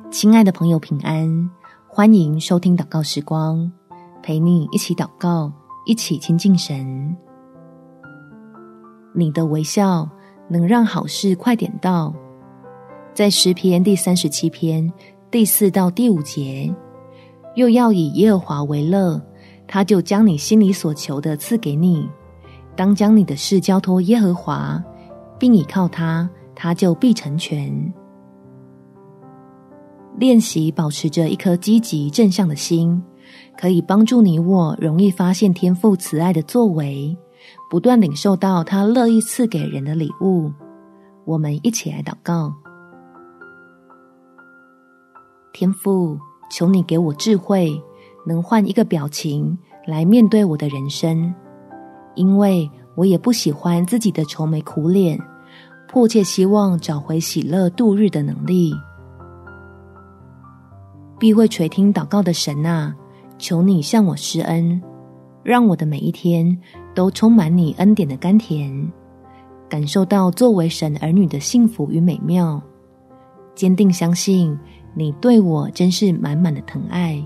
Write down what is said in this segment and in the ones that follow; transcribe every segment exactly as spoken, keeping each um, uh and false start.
亲爱的朋友平安，欢迎收听祷告时光，陪你一起祷告，一起亲近神。你的微笑能让好事快点到，在诗篇第三十七篇第四到第五节，又要以耶和华为乐，他就将你心里所求的赐给你。当将你的事交托耶和华，并倚靠他，他就必成全。练习保持着一颗积极正向的心，可以帮助你我容易发现天父慈爱的作为，不断领受到他乐意赐给人的礼物。我们一起来祷告。天父，求你给我智慧，能换一个表情来面对我的人生，因为我也不喜欢自己的愁眉苦脸，迫切希望找回喜乐度日的能力。必会垂听祷告的神啊，求你向我施恩，让我的每一天都充满你恩典的甘甜，感受到作为神儿女的幸福与美妙，坚定相信你对我真是满满的疼爱，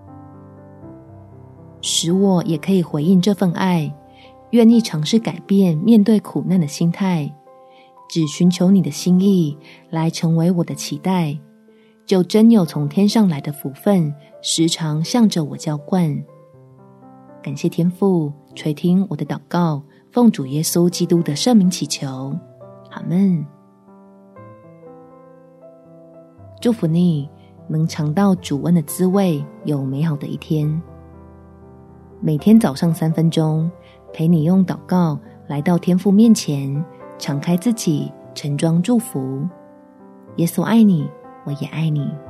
使我也可以回应这份爱，愿意尝试改变面对苦难的心态，只寻求你的心意来成为我的期待，就真有从天上来的福分时常向着我浇灌。感谢天父垂听我的祷告，奉主耶稣基督的圣名祈求，阿们。祝福你能尝到主恩的滋味，有美好的一天。每天早上三分钟，陪你用祷告来到天父面前，敞开自己，盛装祝福。耶稣爱你，我也爱你。